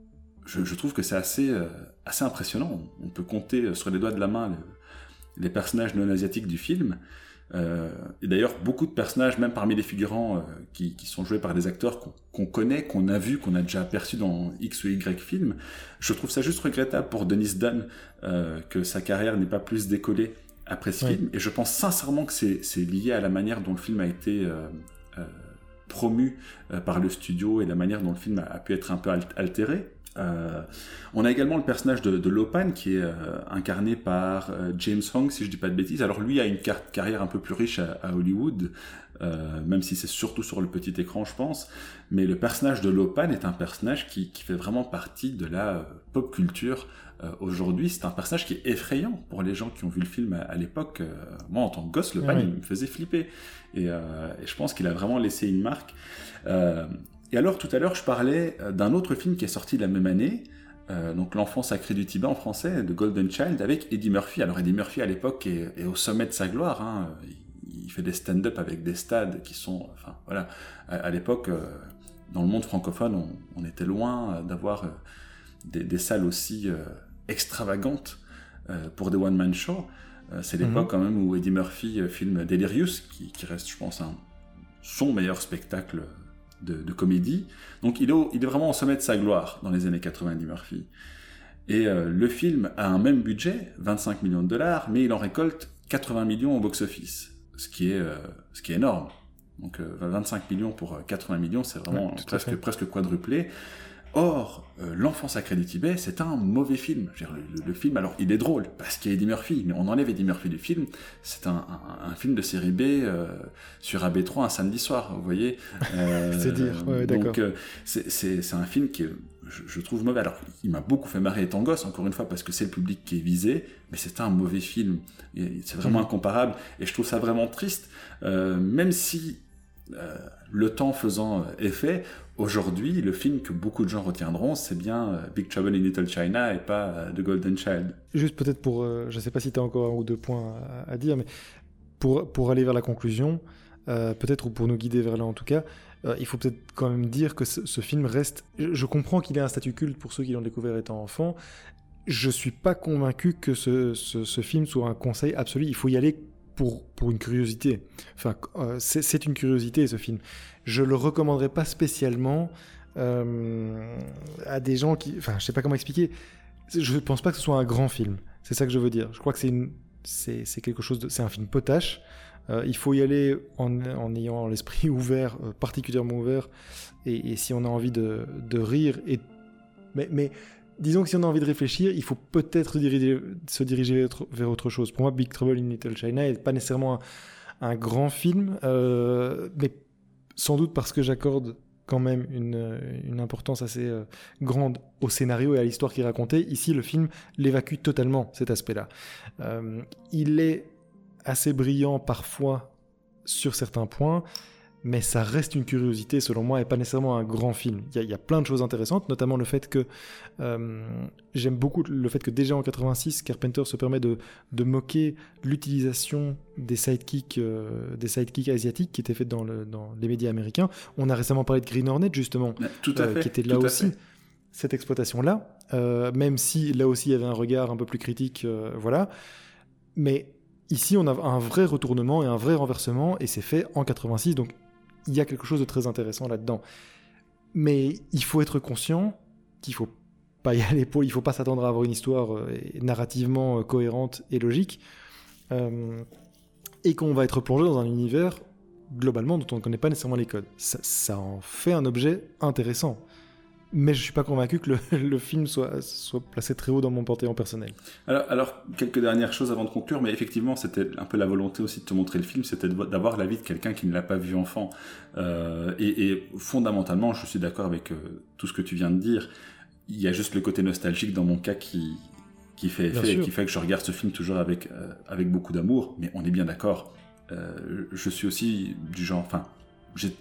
je, je trouve que c'est assez, euh, assez impressionnant. On peut compter sur les doigts de la main le, les personnages non asiatiques du film. Euh, et d'ailleurs, beaucoup de personnages, même parmi les figurants, euh, qui, qui sont joués par des acteurs qu'on, qu'on connaît, qu'on a vu, qu'on a déjà aperçus dans X ou Y films. Je trouve ça juste regrettable pour Dennis Dunn euh, que sa carrière n'ait pas plus décollé après ce oui. film. Et je pense sincèrement que c'est, c'est lié à la manière dont le film a été euh, euh, promu euh, par le studio et la manière dont le film a, a pu être un peu altéré. Euh, on a également le personnage de, de Lopan qui est euh, incarné par euh, James Hong, si je dis pas de bêtises. Alors lui a une car- carrière un peu plus riche à, à Hollywood, euh, même si c'est surtout sur le petit écran, je pense. Mais le personnage de Lopan est un personnage qui, qui fait vraiment partie de la euh, pop culture euh, aujourd'hui. C'est un personnage qui est effrayant pour les gens qui ont vu le film à, à l'époque. Euh, moi, en tant que gosse, Lopan, oui. il me faisait flipper. Et, euh, et je pense qu'il a vraiment laissé une marque. Euh, Et alors, tout à l'heure, je parlais d'un autre film qui est sorti la même année, euh, donc L'Enfant sacré du Tibet en français, de Golden Child, avec Eddie Murphy. Alors, Eddie Murphy, à l'époque, est, est au sommet de sa gloire. Hein. il fait des stand-up avec des stades qui sont, enfin voilà, à, à l'époque, euh, dans le monde francophone, on, on était loin d'avoir euh, des, des salles aussi euh, extravagantes euh, pour des one-man shows. Euh, c'est l'époque mm-hmm. quand même où Eddie Murphy euh, filme Delirious, qui, qui reste, je pense, un, son meilleur spectacle de, de comédie. Donc il est, au, il est vraiment au sommet de sa gloire dans les années quatre-vingts, Eddie Murphy. Et euh, le film a un même budget, vingt-cinq millions de dollars, mais il en récolte quatre-vingts millions au box-office, ce qui est, euh, ce qui est énorme. Donc euh, vingt-cinq millions pour euh, quatre-vingts millions, c'est vraiment ouais, presque, presque quadruplé. Or, euh, L'Enfant sacré du Tibet, c'est un mauvais film. Je veux dire, le, le, le film, alors il est drôle, parce qu'il y a Eddie Murphy, mais on enlève Eddie Murphy du film, c'est un, un, un film de série B euh, sur A B trois un samedi soir, vous voyez. Euh, c'est dire, ouais, d'accord. Donc euh, c'est, c'est, c'est un film qui est, je, je trouve mauvais. Alors, il m'a beaucoup fait marrer étant gosse, encore une fois, parce que c'est le public qui est visé, mais c'est un mauvais film. Et c'est vraiment mmh. incomparable, et je trouve ça vraiment triste, euh, même si euh, le temps faisant effet, aujourd'hui, le film que beaucoup de gens retiendront, c'est bien euh, Big Trouble in Little China et pas euh, The Golden Child. Juste peut-être pour, euh, je ne sais pas si tu as encore un ou deux points à, à dire, mais pour, pour aller vers la conclusion, euh, peut-être ou pour nous guider vers là en tout cas, euh, il faut peut-être quand même dire que ce, ce film reste... Je, je comprends qu'il ait un statut culte pour ceux qui l'ont découvert étant enfant. Je ne suis pas convaincu que ce, ce, ce film soit un conseil absolu. Il faut y aller pour, pour une curiosité. Enfin, euh, c'est, c'est une curiosité ce film. Je le recommanderais pas spécialement euh, à des gens qui... Enfin, je sais pas comment expliquer. Je pense pas que ce soit un grand film. C'est ça que je veux dire. Je crois que c'est, une, c'est, c'est quelque chose de... C'est un film potache. Euh, il faut y aller en, en ayant l'esprit ouvert, euh, particulièrement ouvert. Et, et si on a envie de, de rire... Et... Mais, mais disons que si on a envie de réfléchir, il faut peut-être diriger, se diriger vers autre, vers autre chose. Pour moi, Big Trouble in Little China n'est pas nécessairement un, un grand film, euh, mais sans doute parce que j'accorde quand même une, une importance assez euh, grande au scénario et à l'histoire qu'il racontait. Ici, le film l'évacue totalement, cet aspect-là. Euh, il est assez brillant parfois sur certains points, mais ça reste une curiosité, selon moi, et pas nécessairement un grand film. Il y a, il y a plein de choses intéressantes, notamment le fait que... Euh, j'aime beaucoup le fait que déjà en quatre-vingt-six, Carpenter se permet de, de moquer l'utilisation des sidekicks, euh, des sidekicks asiatiques qui étaient faits dans, le, dans les médias américains. On a récemment parlé de Green Hornet, justement, tout à euh, fait, qui était là tout aussi, cette exploitation-là, euh, même si là aussi il y avait un regard un peu plus critique, euh, voilà. Mais ici, on a un vrai retournement et un vrai renversement, et c'est fait en quatre-vingt-six, donc il y a quelque chose de très intéressant là-dedans. Mais il faut être conscient qu'il ne faut pas y aller pour... Il ne faut pas s'attendre à avoir une histoire euh, narrativement euh, cohérente et logique. Euh, et qu'on va être plongé dans un univers, globalement, dont on ne connaît pas nécessairement les codes. Ça, ça en fait un objet intéressant. Mais je ne suis pas convaincu que le, le film soit, soit placé très haut dans mon panthéon personnel. Alors, alors, quelques dernières choses avant de conclure, mais effectivement, c'était un peu la volonté aussi de te montrer le film, c'était d'avoir l'avis de quelqu'un qui ne l'a pas vu enfant. Euh, et, et fondamentalement, je suis d'accord avec euh, tout ce que tu viens de dire. Il y a juste le côté nostalgique dans mon cas qui, qui fait effet et qui fait que je regarde ce film toujours avec, euh, avec beaucoup d'amour. Mais on est bien d'accord. Euh, je suis aussi du genre... Enfin, j'ai...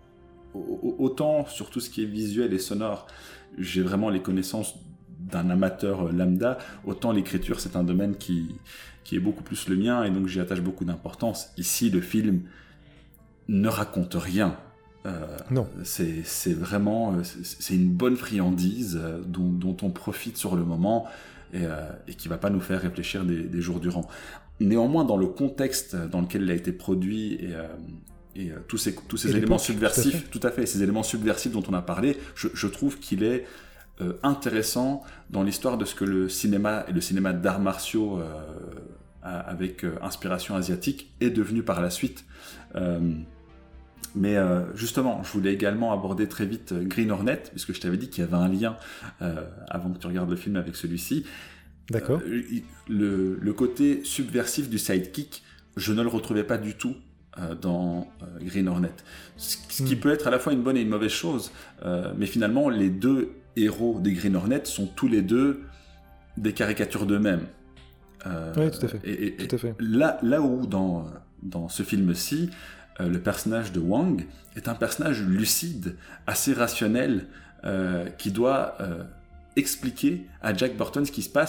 Autant sur tout ce qui est visuel et sonore, j'ai vraiment les connaissances d'un amateur lambda, autant l'écriture c'est un domaine qui, qui est beaucoup plus le mien et donc j'y attache beaucoup d'importance. Ici, le film ne raconte rien. Euh, non. C'est, c'est vraiment c'est, c'est une bonne friandise dont, dont on profite sur le moment et, euh, et qui ne va pas nous faire réfléchir des, des jours durant. Néanmoins, dans le contexte dans lequel il a été produit et euh, Et euh, tous ces, tous ces éléments subversifs, tout à, tout à fait, ces éléments subversifs dont on a parlé, je, je trouve qu'il est euh, intéressant dans l'histoire de ce que le cinéma et le cinéma d'arts martiaux euh, avec euh, inspiration asiatique est devenu par la suite. Euh, mais euh, justement, je voulais également aborder très vite Green Hornet, puisque je t'avais dit qu'il y avait un lien euh, avant que tu regardes le film avec celui-ci. D'accord. Euh, le, le côté subversif du sidekick, je ne le retrouvais pas du tout dans euh, Green Hornet. Ce, ce qui mmh. peut être à la fois une bonne et une mauvaise chose, euh, mais finalement, les deux héros des Green Hornet sont tous les deux des caricatures d'eux-mêmes. Euh, oui, tout à fait. Et, et, tout à fait. Là, là où, dans, dans ce film-ci, euh, le personnage de Wang est un personnage lucide, assez rationnel, euh, qui doit euh, expliquer à Jack Burton ce qui se passe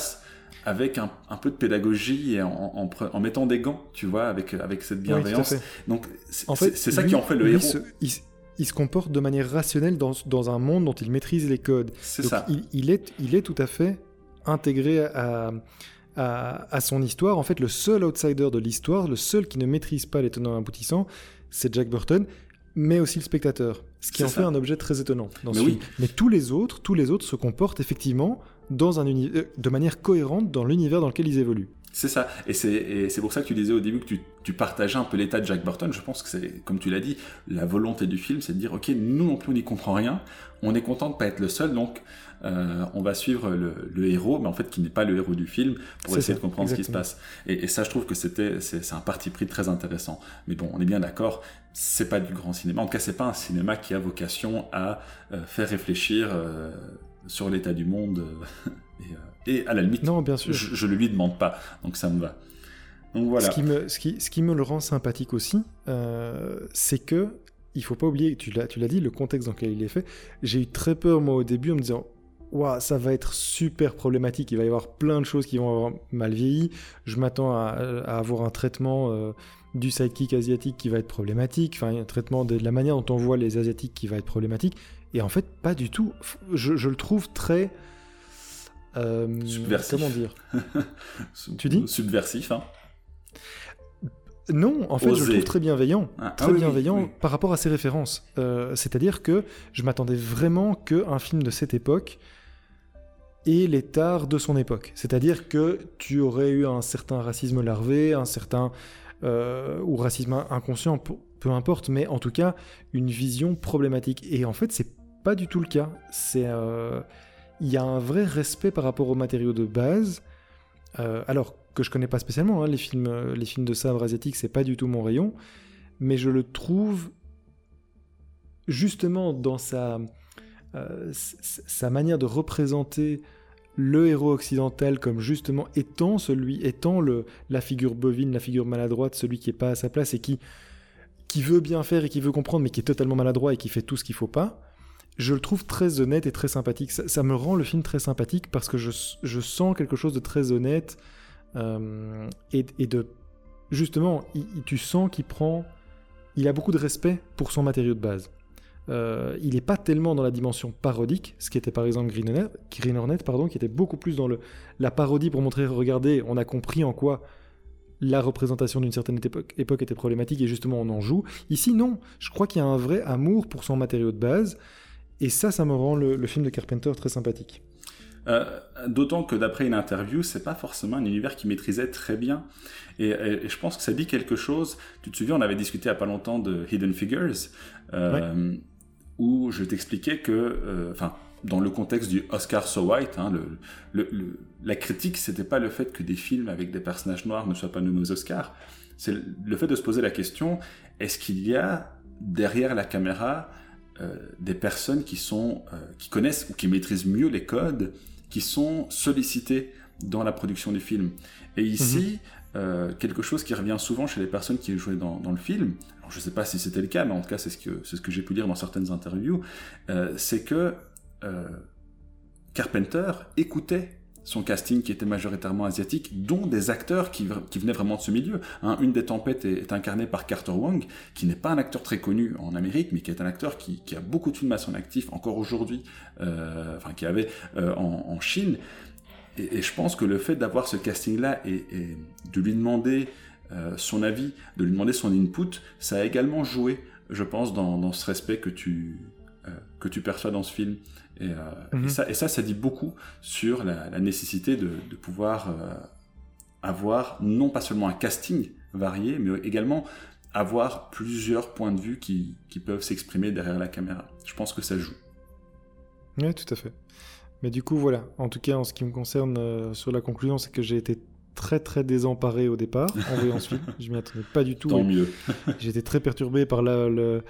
avec un, un peu de pédagogie et en, en, en, en mettant des gants, tu vois, avec, avec cette bienveillance. Oui, Donc, c'est, en fait, c'est ça lui, qui en fait le lui héros. Se, il, il se comporte de manière rationnelle dans, dans un monde dont il maîtrise les codes. C'est Donc, ça. Il, il, est, il est tout à fait intégré à, à, à son histoire. En fait, le seul outsider de l'histoire, le seul qui ne maîtrise pas les tenants aboutissants, c'est Jack Burton, mais aussi le spectateur. Ce qui C'est en ça. fait un objet très étonnant dans Mais ce oui. film. Mais tous les autres, tous les autres se comportent effectivement dans un uni- euh, de manière cohérente dans l'univers dans lequel ils évoluent. C'est ça, et c'est, et c'est pour ça que tu disais au début que tu, tu partageais un peu l'état de Jack Burton. Je pense que c'est, comme tu l'as dit, la volonté du film, c'est de dire, ok, nous non plus on n'y comprend rien, on est content de pas être le seul, donc euh, on va suivre le, le héros, mais en fait qui n'est pas le héros du film, pour C'est essayer ça, de comprendre exactement. ce qui se passe. Et, et ça, je trouve que c'était, c'est, c'est un parti pris très intéressant. Mais bon, on est bien d'accord, c'est pas du grand cinéma. En tout cas, c'est pas un cinéma qui a vocation à euh, faire réfléchir euh, sur l'état du monde. Euh, et, euh, et à la limite, Non, bien sûr. je, je le lui demande pas, donc ça me va. Donc voilà. Ce qui me, ce qui, ce qui me le rend sympathique aussi, euh, c'est que, il faut pas oublier, tu l'as, tu l'as dit, le contexte dans lequel il est fait. J'ai eu très peur, moi, au début, en me disant, waouh, ça va être super problématique, il va y avoir plein de choses qui vont avoir mal vieilli. Je m'attends à, à avoir un traitement euh, du sidekick asiatique qui va être problématique, enfin, un traitement de, de la manière dont on voit les asiatiques qui va être problématique. Et en fait, pas du tout. Je, je le trouve très. Euh, Subversif. Comment dire Tu dis Subversif, hein. Non, en fait, Osé. je le trouve très bienveillant, Ah, très ah oui, bienveillant oui, oui. par rapport à ses références. Euh, c'est-à-dire que je m'attendais vraiment qu'un film de cette époque ait les tares de son époque. C'est-à-dire que tu aurais eu un certain racisme larvé, un certain euh, ou racisme inconscient, peu, peu importe, mais en tout cas une vision problématique. Et en fait, c'est pas du tout le cas. C'est euh, il y a un vrai respect par rapport aux matériaux de base. Euh, alors que je connais pas spécialement, hein, les films, euh, les films de sabre asiatique, c'est pas du tout mon rayon, mais je le trouve justement dans sa, euh, s- sa manière de représenter le héros occidental comme justement étant celui, étant le, la figure bovine, la figure maladroite, celui qui est pas à sa place et qui, qui veut bien faire et qui veut comprendre, mais qui est totalement maladroit et qui fait tout ce qu'il faut pas. Je le trouve très honnête et très sympathique. Ça, ça me rend le film très sympathique parce que je, je sens quelque chose de très honnête euh, et, et de justement, il, il- tu sens qu'il prend, il a beaucoup de respect pour son matériau de base. Euh, il n'est pas tellement dans la dimension parodique, ce qui était par exemple Green Hornet, Green Hornet pardon, qui était beaucoup plus dans le, la parodie pour montrer, regardez, on a compris en quoi la représentation d'une certaine époque, époque était problématique et justement on en joue. Ici non, je crois qu'il y a un vrai amour pour son matériau de base. Et ça, ça me rend le, le film de Carpenter très sympathique. Euh, d'autant que d'après une interview, c'est pas forcément un univers qu'il maîtrisait très bien. Et, et- et je pense que ça dit quelque chose. Tu te souviens, on avait discuté il y a pas longtemps de Hidden Figures, euh, où je t'expliquais que, euh, enfin, dans le contexte du Oscar So White, hein, le, le- le- la critique, c'était pas le fait que des films avec des personnages noirs ne soient pas nommés aux Oscars. C'est le, le fait de se poser la question, est-ce qu'il y a derrière la caméra euh, des personnes qui sont, euh, qui connaissent ou qui maîtrisent mieux les codes, qui sont sollicitées dans la production du film. Et ici, mm-hmm. euh, quelque chose qui revient souvent chez les personnes qui jouaient dans, dans le film, alors je ne sais pas si c'était le cas, mais en tout cas c'est ce que, c'est ce que j'ai pu lire dans certaines interviews, euh, c'est que euh, Carpenter écoutait son casting qui était majoritairement asiatique, dont des acteurs qui, qui venaient vraiment de ce milieu. Hein, Une des tempêtes est, est incarnée par Carter Wong, qui n'est pas un acteur très connu en Amérique, mais qui est un acteur qui, qui a beaucoup de films à son actif, encore aujourd'hui, euh, enfin qui avait euh, en, en Chine. Et, et je pense que le fait d'avoir ce casting-là et, et de lui demander euh, son avis, de lui demander son input, ça a également joué, je pense, dans, dans ce respect que tu, euh, que tu perçois dans ce film. Et, euh, mm-hmm. et, ça, et ça, ça dit beaucoup sur la, la nécessité de, de pouvoir euh, avoir non pas seulement un casting varié, mais également avoir plusieurs points de vue qui, qui peuvent s'exprimer derrière la caméra. Je pense que ça joue. Oui, tout à fait. Mais du coup, voilà. En tout cas, en ce qui me concerne, euh, sur la conclusion, c'est que j'ai été très très désemparé au départ en voyant ce film. Je m'y attendais pas du tout. Tant mieux. J'étais très perturbé par la... le...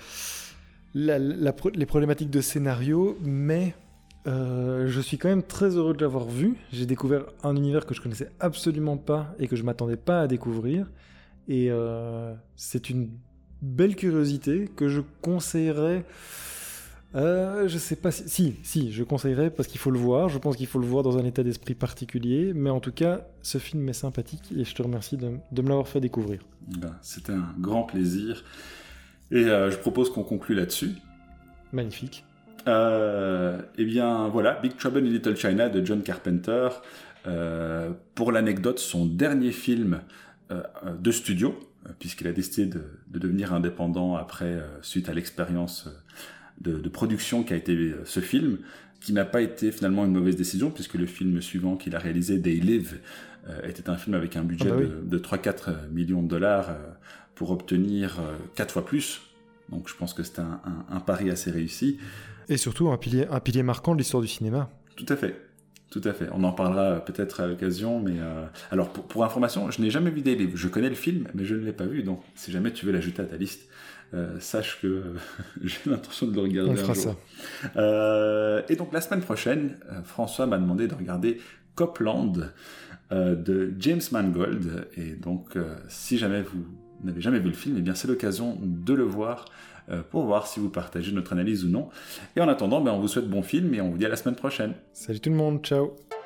La, la, les problématiques de scénario, mais euh, je suis quand même très heureux de l'avoir vu. J'ai découvert un univers que je connaissais absolument pas et que je m'attendais pas à découvrir. Et euh, c'est une belle curiosité que je conseillerais Euh, je sais pas si... si, si, je conseillerais parce qu'il faut le voir. Je pense qu'il faut le voir dans un état d'esprit particulier. Mais en tout cas, ce film est sympathique et je te remercie de, de me l'avoir fait découvrir. Ben, c'était un grand plaisir. Et euh, je propose qu'on conclue là-dessus. Magnifique. Euh, eh bien, voilà, Big Trouble in Little China de John Carpenter. Euh, pour l'anecdote, son dernier film euh, de studio, puisqu'il a décidé de, de devenir indépendant après, euh, suite à l'expérience de, de production qui a été euh, ce film, qui n'a pas été finalement une mauvaise décision, puisque le film suivant qu'il a réalisé, They Live, euh, était un film avec un budget ah bah oui. de, de trois à quatre millions de dollars euh, pour obtenir euh, quatre fois plus. Donc je pense que c'était un, un, un pari assez réussi. Et surtout un pilier, un pilier marquant de l'histoire du cinéma. Tout à fait. Tout à fait. On en parlera peut-être à l'occasion, mais euh... alors pour, pour information, je n'ai jamais vu Des Livres. Je connais le film, mais je ne l'ai pas vu. Donc, si jamais tu veux l'ajouter à ta liste, euh, sache que euh, j'ai l'intention de le regarder. On fera un jour. ça. Euh... Et donc la semaine prochaine, euh, François m'a demandé de regarder Copland euh, de James Mangold. Et donc, euh, si jamais vous n'avez jamais vu le film, eh bien c'est l'occasion de le voir. Pour voir si vous partagez notre analyse ou non. Et en attendant, ben, on vous souhaite bon film et on vous dit à la semaine prochaine. Salut tout le monde, ciao.